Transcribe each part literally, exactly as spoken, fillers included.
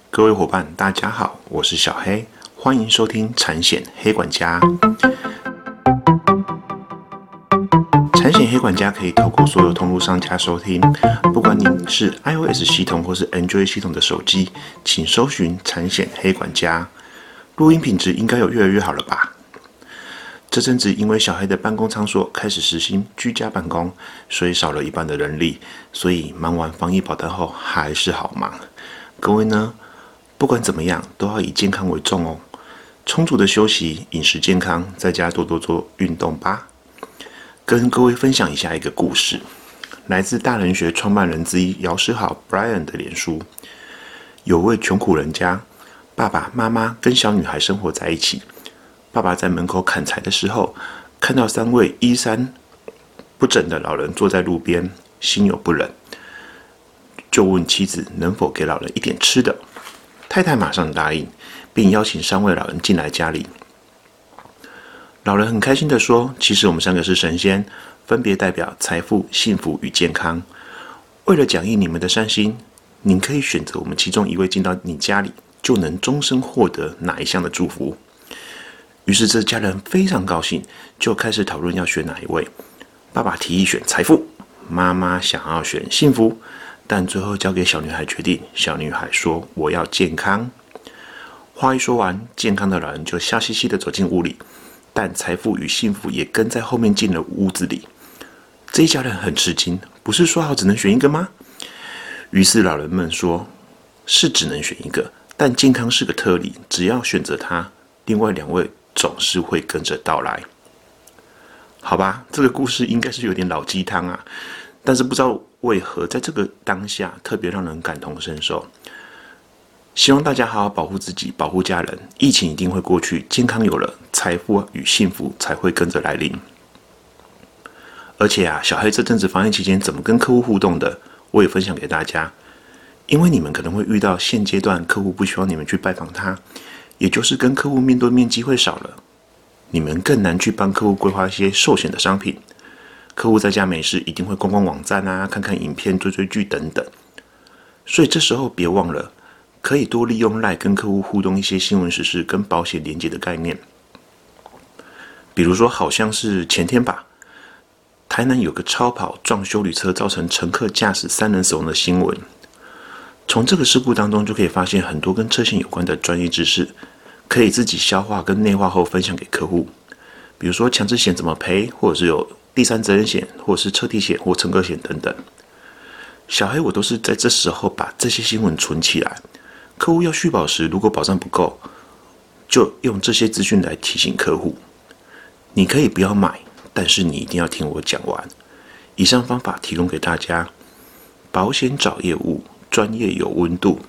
各位伙伴，大家好，我是小黑，欢迎收听产险黑管家。产险黑管家可以透过所有通路商家收听，不管你是 iOS 系统或是 Android 系统的手机，请搜寻产险黑管家。录音品质应该有越来越好了吧？这阵子因为小黑的办公场所开始实行居家办公，所以少了一半的人力，所以忙完防疫保单后还是好忙。各位呢，不管怎么样都要以健康为重哦，充足的休息，饮食健康，在家多多做运动吧。跟各位分享一下一个故事，来自大人学创办人之一姚诗豪 Brian 的脸书。有位穷苦人家，爸爸妈妈跟小女孩生活在一起。爸爸在门口砍柴的时候，看到三位衣衫不整的老人坐在路边，心有不忍，就问妻子能否给老人一点吃的。太太马上答应，并邀请三位老人进来家里。老人很开心地说，其实我们三个是神仙，分别代表财富、幸福与健康。为了奖励你们的善心，您可以选择我们其中一位进到你家里，就能终身获得哪一项的祝福。于是这家人非常高兴，就开始讨论要选哪一位。爸爸提议选财富，妈妈想要选幸福，但最后交给小女孩决定。小女孩说：“我要健康。”话一说完，健康的老人就笑嘻嘻地走进屋里，但财富与幸福也跟在后面进了屋子里。这一家人很吃惊，不是说好只能选一个吗？于是老人们说：“是只能选一个，但健康是个特例，只要选择它，另外两位总是会跟着到来。”好吧，这个故事应该是有点老鸡汤啊，但是不知道为何在这个当下特别让人感同身受。希望大家好好保护自己，保护家人，疫情一定会过去，健康有了，财富与幸福才会跟着来临。而且啊，小黑这阵子防疫期间怎么跟客户互动的，我也分享给大家。因为你们可能会遇到现阶段客户不希望你们去拜访他，也就是跟客户面对面机会少了，你们更难去帮客户规划一些寿险的商品。客户在家没事一定会逛逛网站啊，看看影片，追追剧等等。所以这时候别忘了，可以多利用 LINE 跟客户互动一些新闻时事跟保险连结的概念。比如说好像是前天吧，台南有个超跑撞休旅车，造成乘客驾驶三人死亡的新闻。从这个事故当中就可以发现很多跟车险有关的专业知识，可以自己消化跟内化后分享给客户。比如说强制险怎么赔，或者是有第三责任险，或者是车体险或乘客险等等。小黑我都是在这时候把这些新闻存起来，客户要续保时，如果保障不够，就用这些资讯来提醒客户。你可以不要买，但是你一定要听我讲完。以上方法提供给大家，保险找业务，专业有温度。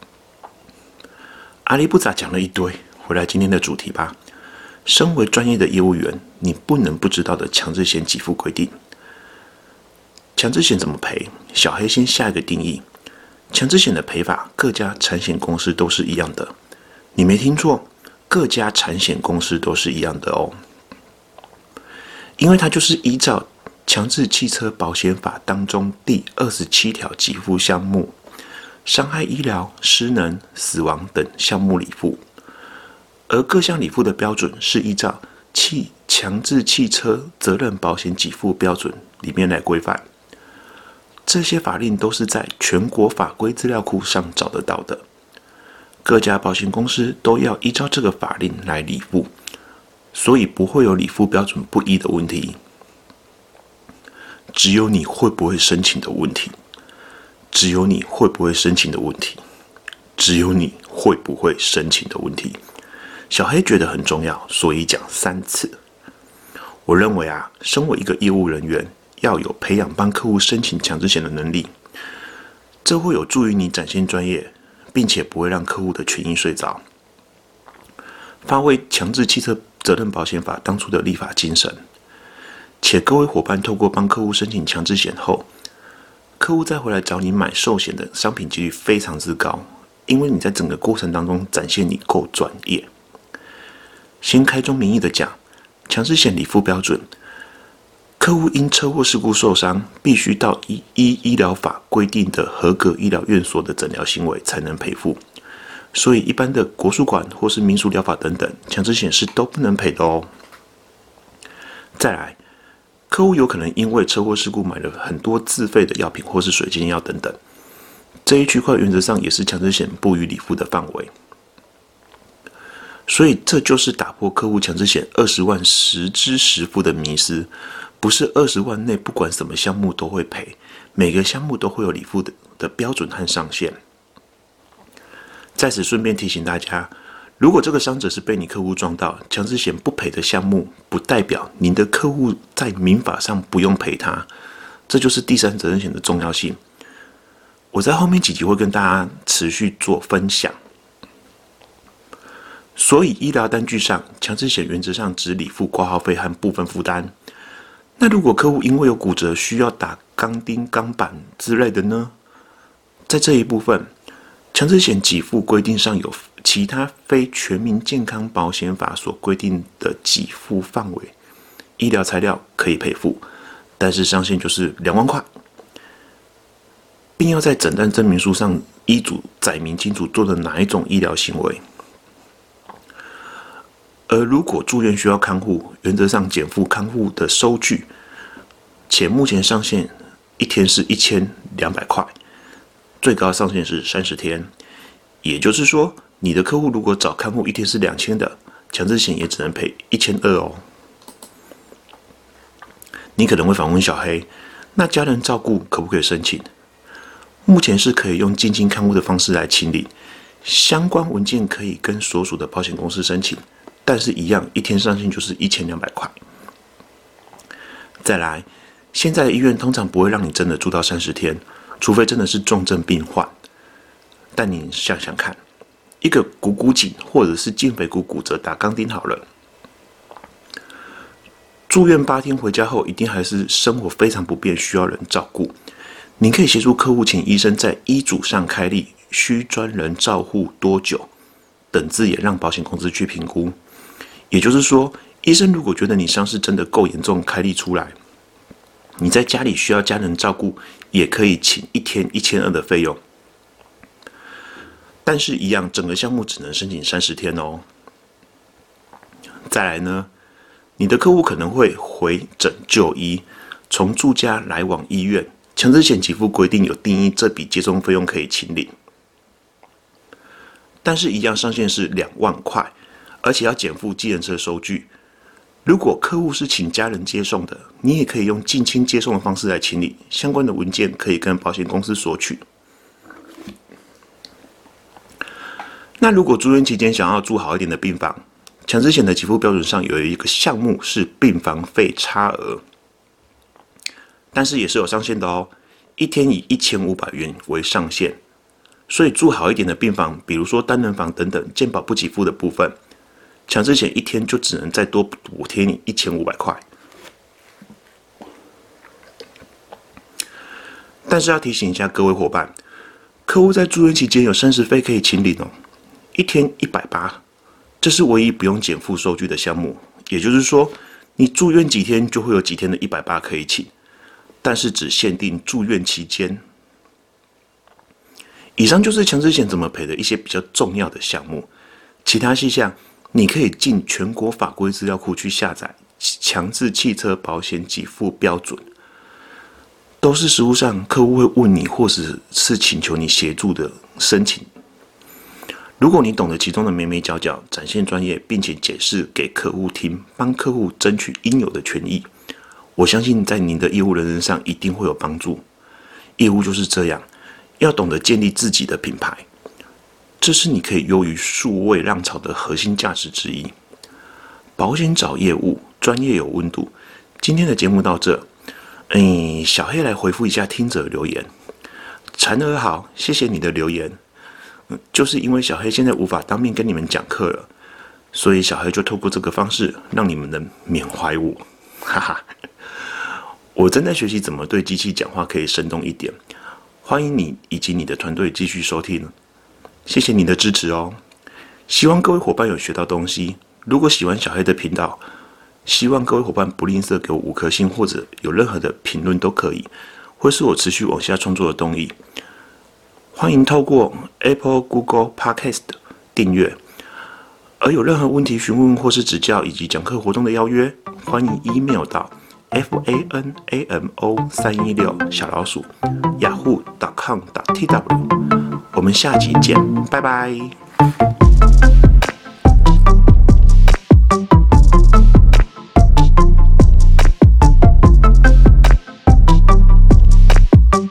阿里不杂讲了一堆，回来今天的主题吧。身为专业的业务员，你不能不知道的强制险给付规定。强制险怎么赔？小黑先下一个定义。强制险的赔法，各家产险公司都是一样的。你没听错，各家产险公司都是一样的哦。因为它就是依照强制汽车保险法当中第二十七条给付项目，伤害医疗、失能、死亡等项目理付，而各项理付的标准是依照汽强制汽车责任保险给付标准里面来规范。这些法令都是在全国法规资料库上找得到的，各家保险公司都要依照这个法令来理付，所以不会有理付标准不一的问题，只有你会不会申请的问题。只有你会不会申请的问题，只有你会不会申请的问题。小黑觉得很重要，所以讲三次。我认为啊，身为一个业务人员，要有培养帮客户申请强制险的能力，这会有助于你展现专业，并且不会让客户的权益睡着，发挥强制汽车责任保险法当初的立法精神。且各位伙伴透过帮客户申请强制险后，客户再回来找你买寿险的商品几率非常之高，因为你在整个过程当中展现你够专业。先开宗明义的讲，强制险理付标准，客户因车祸事故受伤，必须到依医疗法规定的合格医疗院所的诊疗行为才能赔付。 所以一般的国术馆或是民俗疗法等等，强制险是都不能赔的哦。再来，客户有可能因为车祸事故买了很多自费的药品或是水晶药等等，这一区块原则上也是强制险不予理付的范围。所以这就是打破客户强制险二十万实支实付的迷思，不是二十万内不管什么项目都会赔，每个项目都会有理付 的, 的标准和上限。在此顺便提醒大家，如果这个伤者是被你客户撞到，强制险不赔的项目，不代表您的客户在民法上不用赔他，这就是第三责任险的重要性。我在后面几集会跟大家持续做分享。所以医疗单据上，强制险原则上只理付挂号费和部分负担。那如果客户因为有骨折需要打钢钉、钢板之类的呢？在这一部分，强制险给付规定上有其他非全民健康保险法所规定的给付范围，医疗材料可以赔付，但是上限就是两万块，并要在诊断证明书上医嘱载明清楚做的哪一种医疗行为。而如果住院需要看护，原则上减负看护的收据，且目前上限一天是一千两百块，最高上限是三十天。也就是说，你的客户如果找看护一天是两千的，强制险也只能赔一千二哦。你可能会反问小黑，那家人照顾可不可以申请？目前是可以用近亲看护的方式来请领，相关文件可以跟所属的保险公司申请。但是，一样，一天上限就是一千两百块。再来，现在的医院通常不会让你真的住到三十天，除非真的是重症病患。但你想想看，一个股骨颈或者是胫腓骨骨折打钢钉好了，住院八天回家后，一定还是生活非常不便，需要人照顾。你可以协助客户请医生在医嘱上开立需专人照护多久等字眼，让保险公司去评估。也就是说，医生如果觉得你伤势真的够严重，开立出来，你在家里需要家人照顾，也可以请一天一千二的费用。但是，一样，整个项目只能申请三十天哦。再来呢，你的客户可能会回诊就医，从住家来往医院，强制险给付规定有定义这笔接送费用可以请领，但是，一样上限是两万块。而且要减负计程车收据。如果客户是请家人接送的，你也可以用近亲接送的方式来请领，相关的文件可以跟保险公司索取。那如果住院期间想要住好一点的病房，强制险的给付标准上有一个项目是病房费差额，但是也是有上限的哦，一天以一千五百元为上限。所以住好一点的病房，比如说单人房等等，健保不给付的部分，强制险一天就只能再多补贴你一千五百块。但是要提醒一下各位伙伴，客户在住院期间有膳食费可以请领哦，一天一百八十，这是唯一不用减负收据的项目。也就是说，你住院几天就会有几天的一百八十可以请，但是只限定住院期间。以上就是强制险怎么赔的一些比较重要的项目，其他细项你可以进全国法规资料库去下载强制汽车保险给付标准，都是实务上客户会问你或者是请求你协助的申请。如果你懂得其中的眉眉角角，展现专业，并且解释给客户听，帮客户争取应有的权益，我相信在您的业务人生上一定会有帮助。业务就是这样，要懂得建立自己的品牌，这是你可以优于数位浪潮的核心价值之一。保险找业务，专业有温度。今天的节目到这，嗯，小黑来回复一下听者留言。婵儿好，谢谢你的留言。就是因为小黑现在无法当面跟你们讲课了，所以小黑就透过这个方式让你们能缅怀我，哈哈。我正在学习怎么对机器讲话可以生动一点，欢迎你以及你的团队继续收听，谢谢你的支持哦。希望各位伙伴有学到东西。如果喜欢小黑的频道，希望各位伙伴不吝啬给我五颗星，或者有任何的评论都可以，会是我持续往下创作的动力。 欢迎透过 Apple、Google Podcast 订阅。而有任何问题询问或是指教，以及讲课活动的邀约，欢迎 email 到 fanamo 三一六小老鼠 yahoo 点 com 点 tw。我们下集见，拜拜。